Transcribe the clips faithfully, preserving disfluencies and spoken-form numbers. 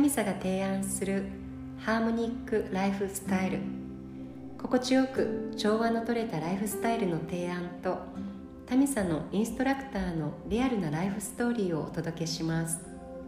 ミサが提案するハーモニックライフスタイル、心地よく調和の取れたライフスタイルの提案と、タミサのインストラクターのリアルなライフストーリーをお届けします。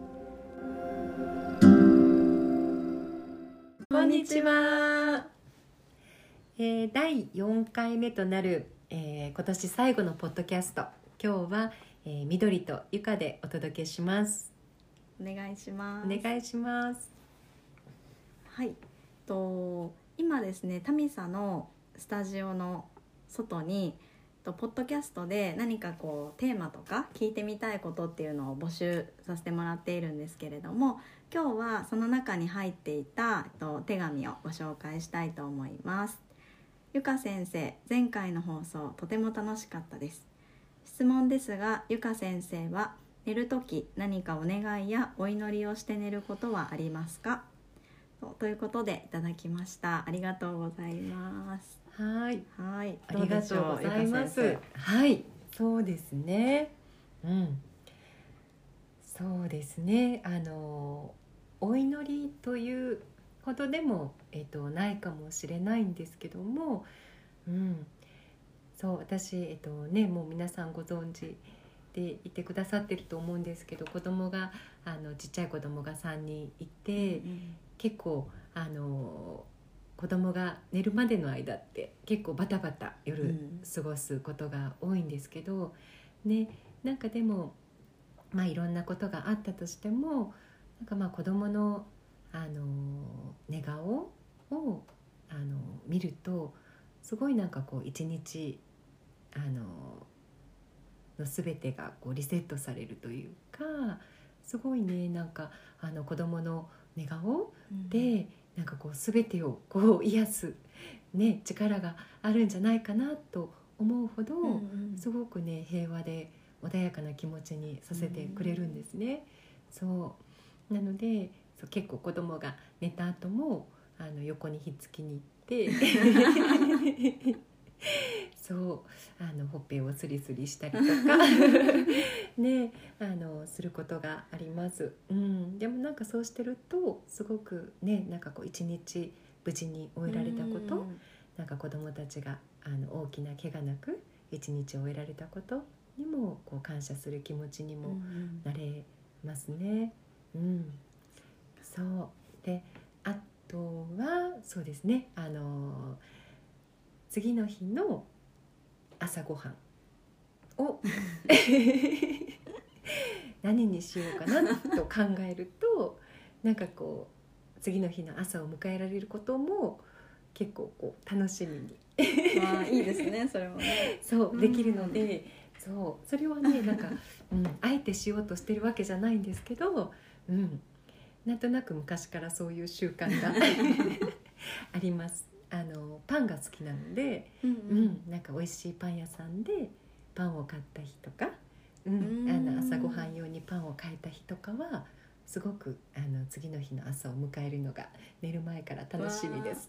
こんにちは、えー、だいよんかいめとなる、えー、今年最後のポッドキャスト。今日は、えー、緑とゆかでお届けします。 お願いします。 お願いします。 はい、と今ですね、タミサのスタジオの外にとポッドキャストで何かこうテーマとか聞いてみたいことっていうのを募集させてもらっているんですけれども、今日はその中に入っていたと手紙をご紹介したいと思います。ゆか先生、前回の放送とても楽しかったです。質問ですが、ゆか先生は寝るとき何かお願いやお祈りをして寝ることはありますか？と, ということでいただきました。ありがとうございます。 はい、 はい、 ありがとうございます。はい、そうですね。うん、そうですね。あのお祈りというほどでも、えっと、ないかもしれないんですけども、うん、そう私、えっとね、もう皆さんご存知でいてくださってると思うんですけど、子供があのちっちゃい子供がさんにんいて、うんうん、結構あの子供が寝るまでの間って結構バタバタ夜過ごすことが多いんですけど、うん、ね、なんかでもまあいろんなことがあったとしても、なんかまあ子供のあの寝顔をあの見るとすごいなんかこう一日あのの全てがこうリセットされるというか、すごいね、なんかあの子供の寝顔で、うん、なんかこう全てをこう癒す、ね、力があるんじゃないかなと思うほど、うんうん、すごくね平和で穏やかな気持ちにさせてくれるんですね、うん、そうなのでそう結構子供が寝た後もあの横にひっつきに行ってそうあのほっぺをスリスリしたりとかね、あのすることがあります、うん、でもなんかそうしてるとすごくね、なんかこう一日無事に終えられたこと、うん、なんか子どもたちがあの大きな怪我なく一日終えられたことにもこう感謝する気持ちにもなれますね、うんうん、そうで、あとはそうですね、あの次の日の朝ごはんを何にしようかなと考えると、なんかこう次の日の朝を迎えられることも結構こう楽しみにまあいいですね、それもねそうできるので、そうそれはねなんか、うん、あえてしようとしてるわけじゃないんですけど、うん、なんとなく昔からそういう習慣があります。あのパンが好きなので、うんうんうん、なんか美味しいパン屋さんでパンを買った日とか、うん、あの朝ごはん用にパンを買えた日とかはすごくあの次の日の朝を迎えるのが寝る前から楽しみです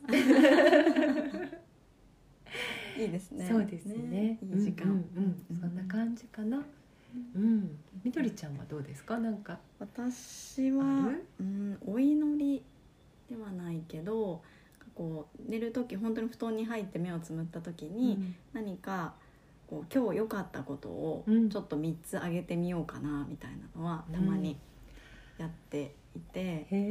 いいですね。 そうですね、 いい時間、 うんうんうん、そんな感じかな、うん、みどりちゃんはどうですか？なんか私は、うん、お祈りではないけど、こう寝る時本当に布団に入って目をつむった時に、うん、何かこう今日良かったことをちょっとみっつ挙げてみようかなみたいなのはたまにやっていて、うん、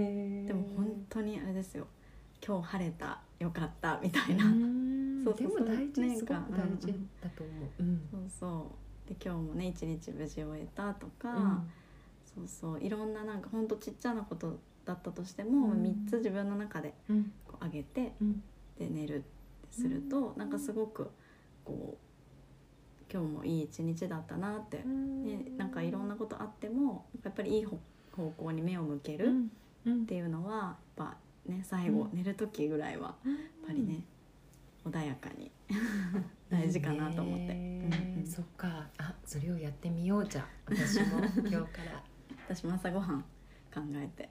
でも本当にあれですよ、今日晴れた、良かったみたいな、 そうそうそう、でも大事、すごく大事だと思う、うん、 そうそうで今日もね一日無事終えたとか、うん、そうそういろんななんか本当ちっちゃなことだったとしても、うん、みっつ自分の中でこう上げて、うん、で寝るってすると、うん、なんかすごくこう今日もいい一日だったなって、うん、ね、なんかいろんなことあってもやっぱりいい方向に目を向けるっていうのはやっぱね、最後、うん、寝る時ぐらいはやっぱりね、穏やかに大事かなと思って、 うんうん、そっか、あ、それをやってみよう。じゃあ私も今日から私も朝ごはん考えて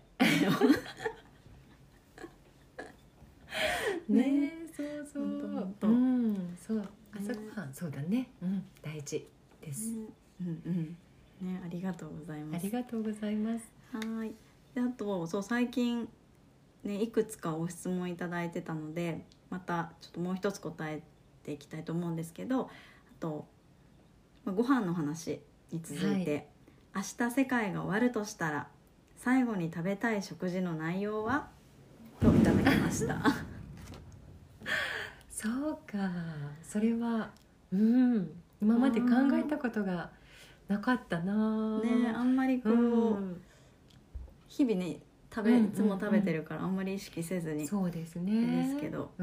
ね、そうそう、うん、そう朝ごはん、そうだね、うん、大事です、 ね、うんうんね、ありがとうございます。 ありがとうございます。 はい、 であとそう最近、ね、いくつかご質問いただいてたのでまたちょっともう一つ答えていきたいと思うんですけど、あと、まあ、ご飯の話に続いて、はい、明日世界が終わるとしたら最後に食べたい食事の内容はといただきましたそうか、それは、うん、今まで考えたことがなかったな、 ね、あんまりこう、うん、日々ね食べ、いつも食べてるからあんまり意識せずに、 そうですね、 ですけど、 うん、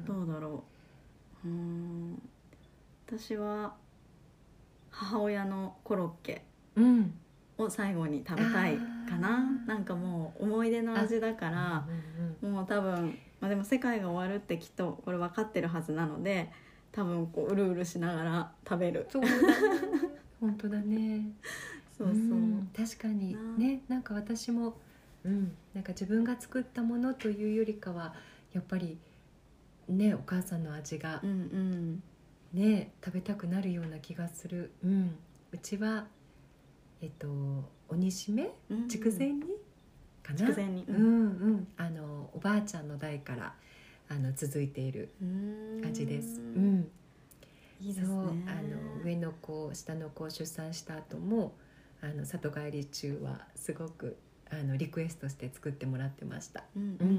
どうだろう、うーん、私は母親のコロッケを最後に食べたいかな、うん、なんかもう思い出の味だから、うんうん、もう多分、まあ、でも世界が終わるってきっとこれ分かってるはずなので多分こううるうるしながら食べる。 そうだね本当だねそうそう、うん、 確かにね、なんか私も、うん、なんか自分が作ったものというよりかはやっぱりねお母さんの味が、うんうんね、食べたくなるような気がする、うん、うちはえっと鬼しめ、うん、筑前煮かな、 筑前煮、 うんうん、あのおばあちゃんの代からあの続いている味です。うん、 いいですね。 そう、あの上の子下の子を出産した後もあの里帰り中はすごくあのリクエストして作ってもらってました。うんうんうんうん。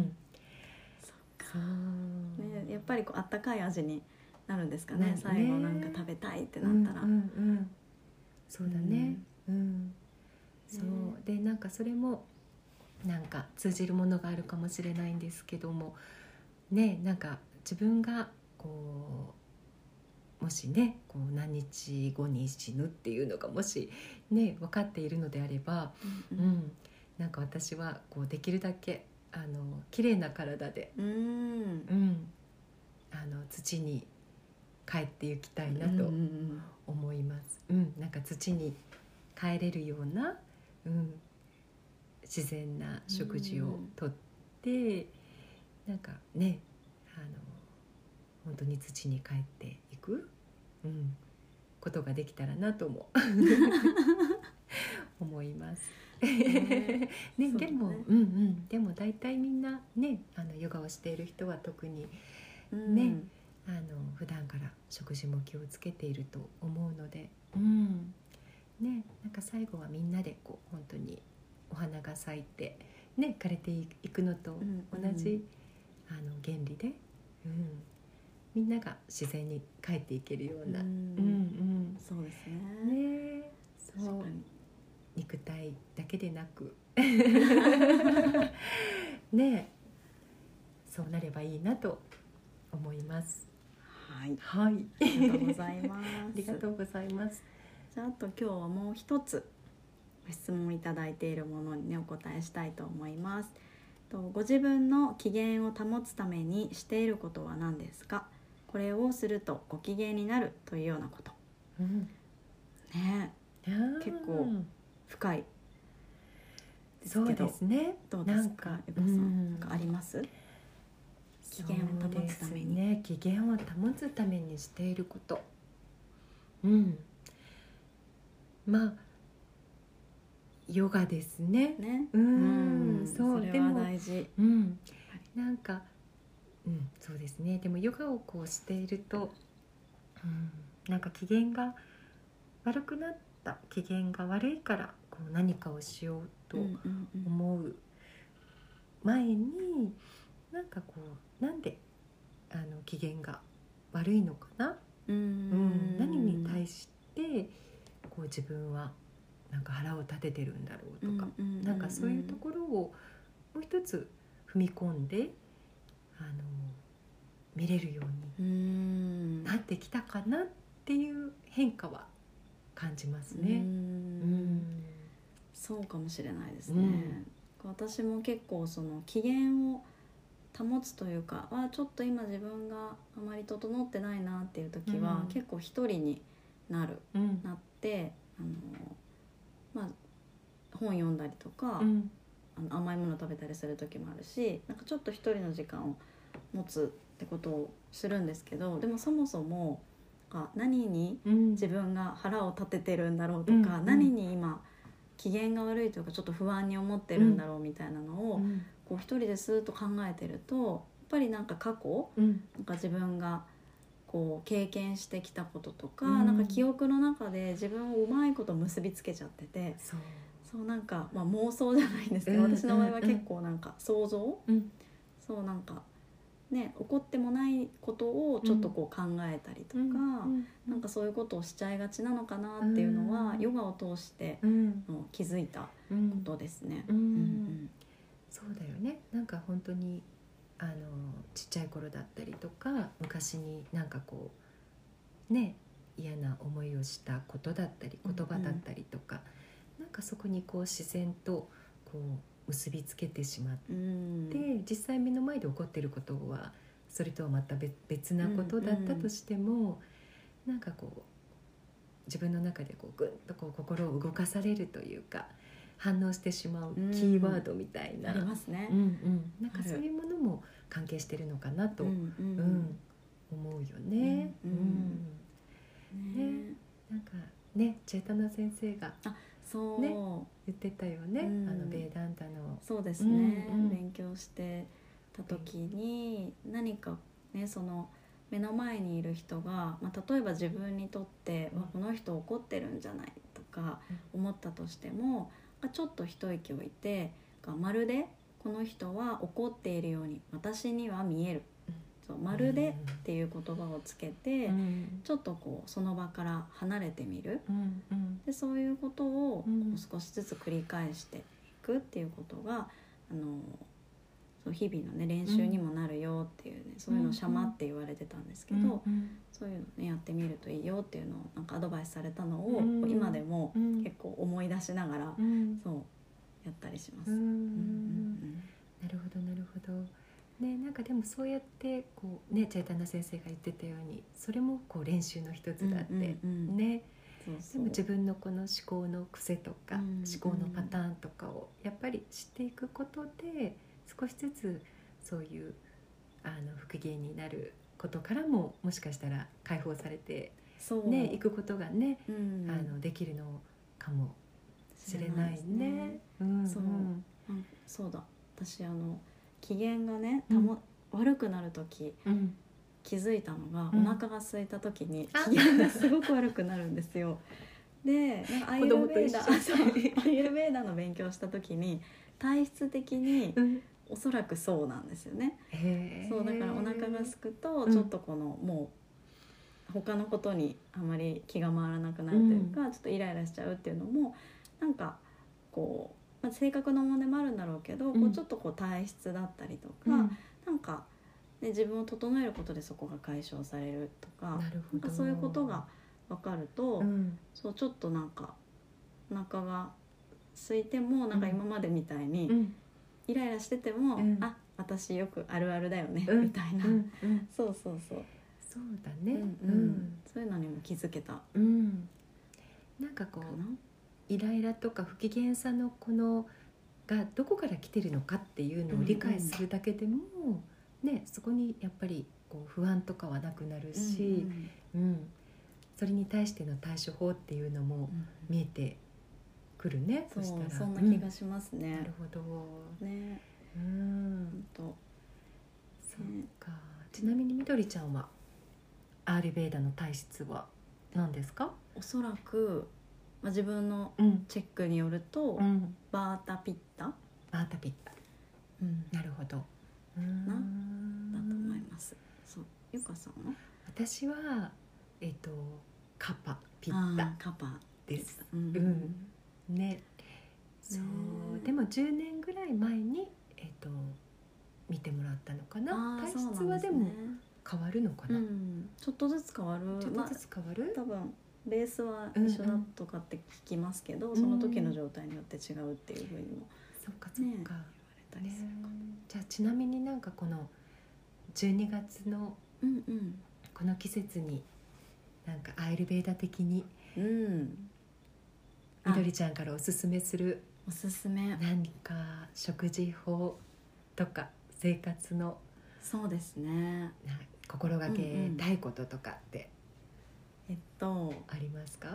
そっか。ね、やっぱりこうあったかい味になるんですかね。ね、最後なんか食べたいってなったら。うんうんうん、 そうだね。うん。うん、そうでなんかそれもなんか通じるものがあるかもしれないんですけども、ね、なんか自分がこうもしねこう何日後に死ぬっていうのがもしね分かっているのであれば、うんうん、なんか私はこうできるだけあの綺麗な体で、うんうん、あの土に帰っていきたいなと思います。うんうん、なんか土に帰れるような、うん、自然な食事をとって、なんかねあの本当に土に帰っていく、うん、ことができたらなとも思います。ね、でも、ね、うんうん、でも大体みんなねあのヨガをしている人は特にね、うん、あの普段から食事も気をつけていると思うので、うんね、なんか最後はみんなでこう本当にお花が咲いて、ね、枯れていくのと同じ、うんうん、あの原理で、うん、みんなが自然に帰っていけるような、うんうん、 そうですね。 ね、そう肉体だけでなくね、そうなればいいなと思います。 はい、 はい、 ありがとうございます。 ありがとうございます。 じゃあ、あと今日はもう一つご質問いただいているものにねお答えしたいと思います。とご自分の機嫌を保つためにしていることは何ですか？これをするとご機嫌になるというようなこと、うん、ね、結構深いですけど、 そうですね、 どうですか、ゆかさん、なんかあります？機嫌を保つために、 ね、機嫌を保つためにしていること、うん、まあヨガですね。 ね、 うん、うん、そう、 それは大事。 うん、なんか、うん、そうですね。でもヨガをこうしていると、うん、なんか機嫌が悪くなった、機嫌が悪いからこう何かをしようと思う前に、なんかこうなんであの機嫌が悪いのかな、うんうん、何に対してこう自分はなんか腹を立ててるんだろうとか、うんうんうんうん、なんかそういうところをもう一つ踏み込んであの見れるようになってきたかなっていう変化は感じますね。うん、 そうかもしれないですね。うん、私も結構その機嫌を保つというか、あちょっと今自分があまり整ってないなっていう時は、うん、結構一人になる、うん、なってあのまあ、本読んだりとか、うん、あの甘いもの食べたりする時もあるし、なんかちょっと一人の時間を持つってことをするんですけど、でもそもそも何に自分が腹を立ててるんだろうとか、うん、何に今機嫌が悪いというかちょっと不安に思ってるんだろうみたいなのを、 うんこう一人でスーッと考えてるとやっぱりなんか過去うんなんか自分がこう経験してきたこととか、 うんなんか記憶の中で自分をうまいこと結びつけちゃってて、 そうそうなんか、まあ、妄想じゃないんですけど、 うん私の場合は結構なんか想像、 うんそうなんかね起こってもないことをちょっとこう考えたりとか、 うんなんかそういうことをしちゃいがちなのかなっていうのは、 うんヨガを通してうんの気づいたこうんとですね。 うんうんそうだよね。なんか本当にあのちっちゃい頃だったりとか昔になんかこうね嫌な思いをしたことだったり言葉だったりとか、なんかそこにこう自然とこう結びつけてしまっうんて、実際目の前で起こっていることはそれとはまた別別なことだったとしても、なんかこう自分の中でこうぐんとこう心を動かされるというか反応してしまうキーワードみたいな、 ありますね。 うんうん、なんかそういうものも関係してるのかなと、 ううんん思うよね。 うんうんうんねなんかねチェータナ先生がそう、 ね言ってたよね、 うんあのベーダンタの。 そうですね、 うんうん勉強してた時に何かねその目の前にいる人が、まあ、例えば自分にとって、 うんわこの人怒ってるんじゃないとか思ったとしても、ちょっと一息置いてまるでこの人は怒っているように私には見える、 うんそうまるでっていう言葉をつけて、 うんちょっとこうその場から離れてみる、 うんうんでそういうことをうん少しずつ繰り返していくっていうことが、あのそう日々の、ね、練習にもなるよっていうね、そういうのをシャマって言われてたんですけど、 うんそういうの、ね、やってみるといいよっていうのをなんかアドバイスされたのを、 うん今でもうん結構思い出しながら、 うんそうやったりします。 うんうんうんなるほどなるほど。ね、なんかでもそうやってこうねチェータナ先生が言ってたようにそれもこう練習の一つだって、 うんうんうんね。 そうそうでも自分のこの思考の癖とか、 うん思考のパターンとかをやっぱり知っていくことで少しずつそういうあの復元になることからももしかしたら解放されてそうねいくことがね、 うんあのできるのかもしれないね。うんそううんうんそうだ私あの機嫌がねうんたも、悪くなる時うん気づいたのが、 うんお腹が空いた時にあ機嫌がすごく悪くなるんですよ。でなんかアイルベーダ子供と一緒そうアイルベーダの勉強した時に体質的にうんおそらくそうなんですよね。 へーそうだからお腹がすくとうんちょっとこの、もう他のことにあまり気が回らなくなるというか、ちょっとイライラしちゃうっていうのもなんかこう、まあ、性格の問題もあるんだろうけど、 うんこうちょっとこう体質だったりとか、 うんなんか、ね、自分を整えることでそこが解消されるとか、 なるほどなんかそういうことが分かると、 うんそうちょっとなんかお腹が空いてもなんか今までみたいに、 うんイライラしてても、 うんあ私よくあるあるだよね、 うんみたいな、 うんうんそうそうそう、 そうだね。 うんうんそういうのにも気づけたかうんうんなんかこな。 うイライラとか不機嫌さのこのがどこから来てるのかっていうのを理解するだけでも、ね、そこにやっぱりこう不安とかはなくなるし、 うんうんそれに対しての対処法っていうのもうん見えてくるね。 そうしたらそんな気がしますうんなねる。ほど、 ね、 うんほんとそうか。ちなみにみどりちゃんはアールベーダの体質は何ですか？ おそらく、まあ、自分のうんチェックによると、 うんバータピッタ、 バータピッタ。 うん、だなるほど。うーんと思います。そうゆかさんは私はえっ、とカパピッあターカパです。 うんうんね。そうねでもじゅうねんぐらい前にえっ、と見てもらったのかな。体あーそう質はでもなんすね変わるのかな。 うん、ちょっとずつ変わる。 ちょっとずつ変わる？ まあ、多分ベースは一緒だとかって聞きますけど、 んその時の状態によって違うっていうふうにもそっかそっか。 ね言われたりするかも。 じゃあちなみになんかこのじゅうにがつのうんうんこの季節になんかアイルベーダ的にうんみどりちゃんからおすすめするおすすめ何か食事法とか生活のそうですね。 な心がけたいこととかってえっとありますか？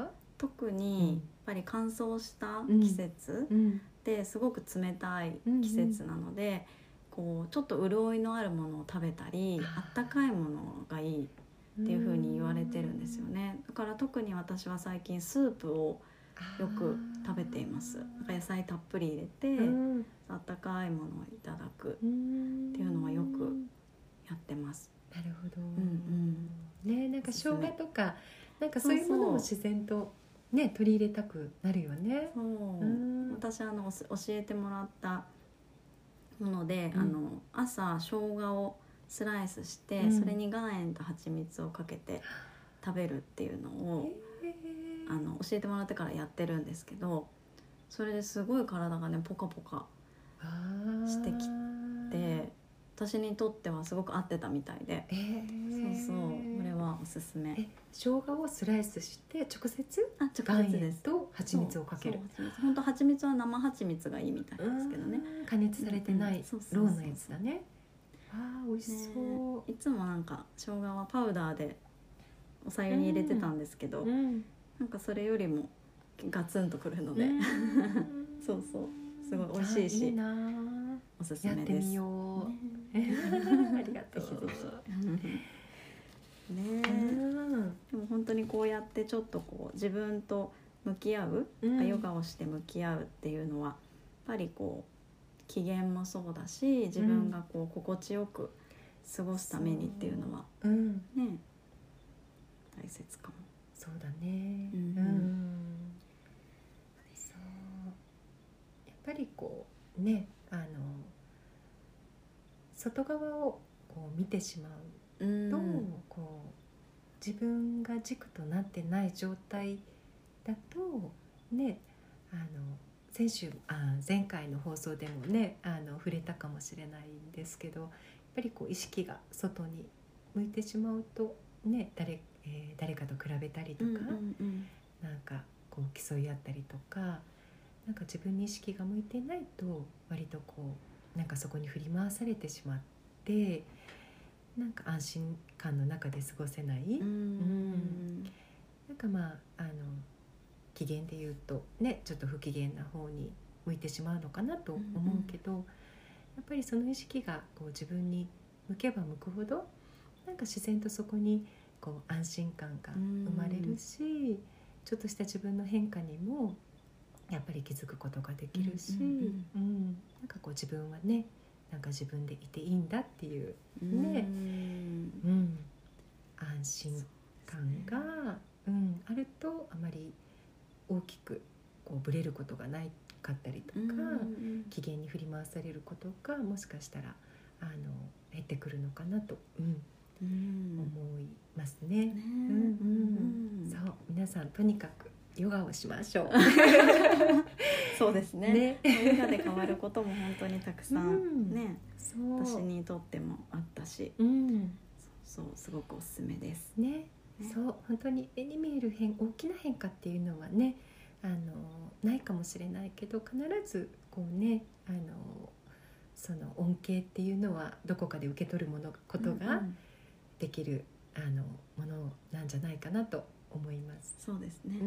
特うんにやっぱり乾燥した季節うんですごく冷たい季節なので、こうちょっと潤いのあるものを食べたりあったかいものがいいっていう風に言われてるんですよね。だから特に私は最近スープをよく食べています。なんか野菜たっぷり入れて、うん、あったかいものをいただくっていうのはよくやってます。 なるほど、 うんうん、ね、なんか生姜とかなんかそういうものを自然とね取り入れたくなるよね。 そう、うん、私あの教えてもらったもので、うん、あの朝生姜をスライスして、うん、それに岩塩と蜂蜜をかけて食べるっていうのを、えー、あの教えてもらってからやってるんですけど、それですごい体がねポカポカしてきて、私にとってはすごく合ってたみたいで、えー、そうそう、これはおすすめ。 え、生姜をスライスして直接あ直接ですと蜂蜜をかける。 本当蜂蜜は生蜂蜜がいいみたいですけどね、 加熱されてないローのやつだね。あー美味しそう、 ね、いつもなんか生姜はパウダーでお白湯に入れてたんですけど、うん、なんかそれよりもガツンとくるので、うん、そうそうすごい美味しいし、いいな、おすすめです。 やってみよう、ね、ありがとう。ぜひぜひね、 でも本当にこうやってちょっとこう自分と向き合う、うん、ヨガをして向き合うっていうのはやっぱりこう機嫌もそうだし、自分がこう心地よく過ごすためにっていうのは、うん、ね大切かも。 そうだね、うんうん、そうやっぱりこうね、あの外側をこう見てしまうと、うん、こう自分が軸となってない状態だとね、あの先週あ前回の放送でもねあの触れたかもしれないんですけど、やっぱりこう意識が外に向いてしまうとね、誰えー、誰かと比べたりとか、うんうんうん、なんかこう競い合ったりとか、なんか自分に意識が向いてないと割とこうなんかそこに振り回されてしまって、なんか安心感の中で過ごせない、うんうん、なんかまああの機嫌で言うとねちょっと不機嫌な方に向いてしまうのかなと思うけど、うんうん、やっぱりその意識がこう自分に向けば向くほどなんか自然とそこにこう安心感が生まれるし、ちょっとした自分の変化にもやっぱり気づくことができるし、うんうんうん、なんかこう自分はねなんか自分でいていいんだっていうね、うんうん、安心感が、うん、あるとあまり大きくこうブレることがないかったりとか、うんうん、機嫌に振り回されることがもしかしたらあの減ってくるのかなと、うんうん、思いますね。ね、うんうん、そう皆さんとにかくヨガをしましょう。 そうですね。ねヨガで変わることも本当にたくさん、うん、ね、そう私にとってもあったし、うん、そうそうすごくおすすめです。 ね、ねそう本当に目に見える変大きな変化っていうのはねあのないかもしれないけど、必ずこうねあのその恩恵っていうのはどこかで受け取るものことができる、うんうん、あのものなんじゃないかなと思います。 そうですね、うん、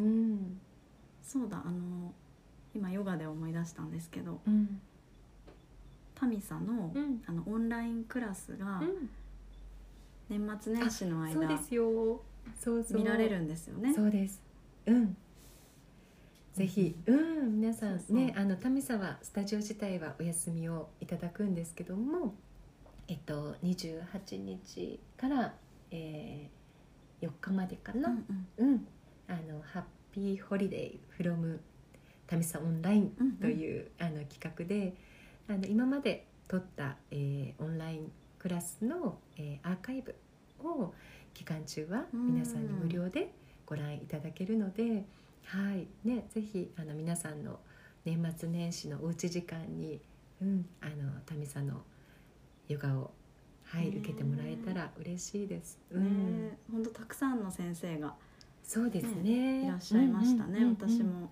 そうだあの今ヨガで思い出したんですけど、うん、タミサの、うん、あのオンラインクラスが年末年始の間、 そうですよ、そうそう見られるんですよね。 そうです、うんぜひ、うん、皆さんね、そうそうあのタミサはスタジオ自体はお休みをいただくんですけども、えっとにじゅうはちにちから、えー、よっかまでかな、うんうんうん、あのハッピーホリデーフロムタミサオンラインという、うんうん、あの企画であの今まで撮った、えー、オンラインクラスの、えー、アーカイブを期間中は皆さんに無料でご覧いただけるので、はいね、ぜひあの皆さんの年末年始のおうち時間に、うん、あのタミサのヨガを、はい、受けてもらえたら嬉しいです。 うんね、本当たくさんの先生が、 そうですね、 ねいらっしゃいましたね、うんうんうんうん、私も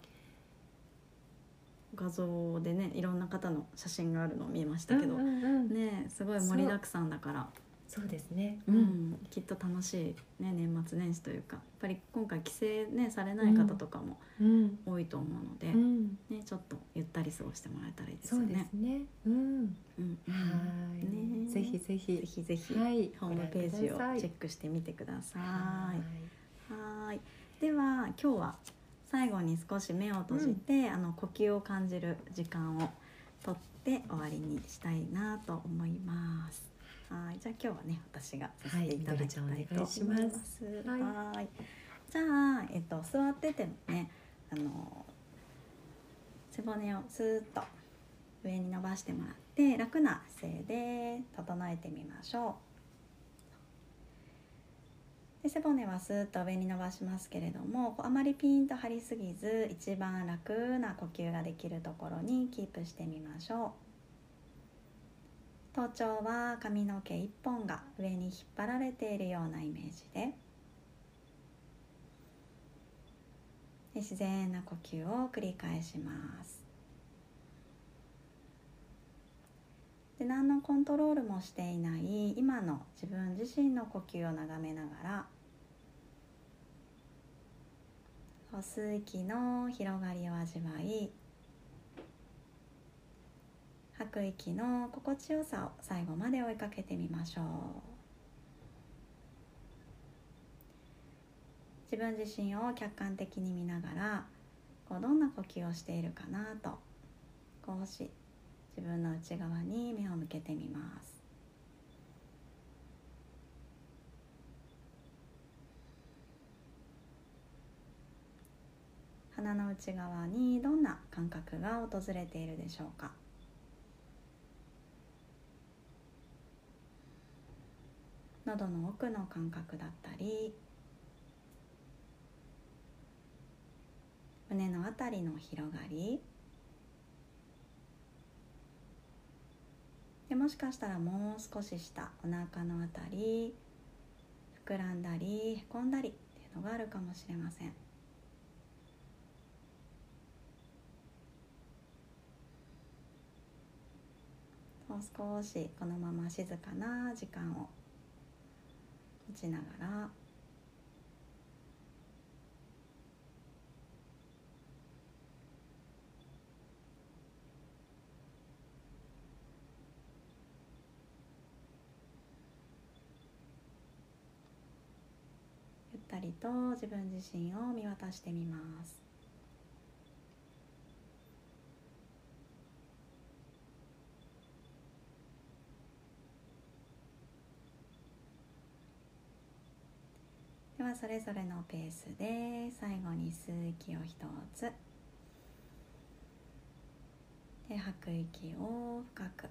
画像でねいろんな方の写真があるのを見ましたけど、うんうんうん、ねすごい盛りだくさんだからそうですね、 うん、きっと楽しい、ね、年末年始というか、やっぱり今回帰省、ね、されない方とかも多いと思うので、 うんね、ちょっとゆったり過ごしてもらえたらいいですよね。 そうですね、うんうんうん、 はい、 ね、 ぜひぜひぜひぜひ、 はい、 ホームページをチェックしてみてください。 はいはい、では今日は最後に少し目を閉じて、うん、あの呼吸を感じる時間をとって終わりにしたいなと思います。はい、じゃあ今日はね、私がさせていただきたいと思います。はい、はい、じゃあ、えっと、座っててもね、あの背骨をスーッと上に伸ばしてもらって楽な姿勢で整えてみましょう。で背骨はスーッと上に伸ばしますけれども、あまりピンと張りすぎず、一番楽な呼吸ができるところにキープしてみましょう。頭頂は髪の毛一本が上に引っ張られているようなイメージで、で自然な呼吸を繰り返します。で何のコントロールもしていない今の自分自身の呼吸を眺めながら、吸う息の広がりを味わい、吐く息の心地よさを最後まで追いかけてみましょう。自分自身を客観的に見ながら、こうどんな呼吸をしているかなと少し自分の内側に目を向けてみます。鼻の内側にどんな感覚が訪れているでしょうか。喉の奥の感覚だったり、胸のあたりの広がりで、もしかしたらもう少し下、お腹のあたり膨らんだりへこんだりっていうのがあるかもしれません。もう少しこのまま静かな時間を持ちながら、ゆったりと自分自身を見渡してみます。ではそれぞれのペースで最後に吸う息を一つで、吐く息を深く、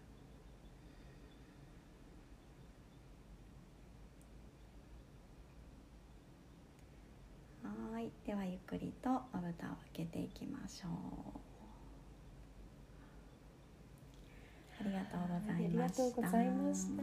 はい、ではゆっくりとまぶたを開けていきましょう。ありがとうございました。 ありがとうございました。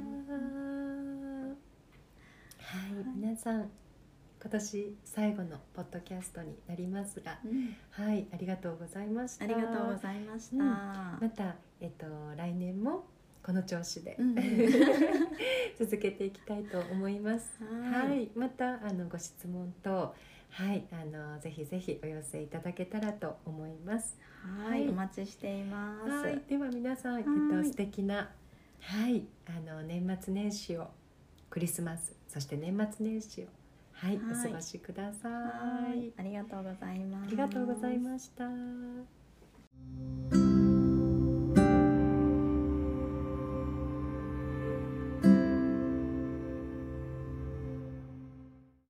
はい、皆さん今年最後のポッドキャストになりますが、うん、はい、ありがとうございました。 ありがとうございました。うん、 また、えっと、来年もこの調子で、うん、続けていきたいと思います。はい、はい、またあのご質問と、はい、あのぜひぜひお寄せいただけたらと思います。 はい、はい、お待ちしています。 はい、では皆さん、えっと、素敵な、はい、あの年末年始を、クリスマス、そして年末年始を、はい、はい、お過ごしください。 はい、ありがとうございます。 ありがとうございました。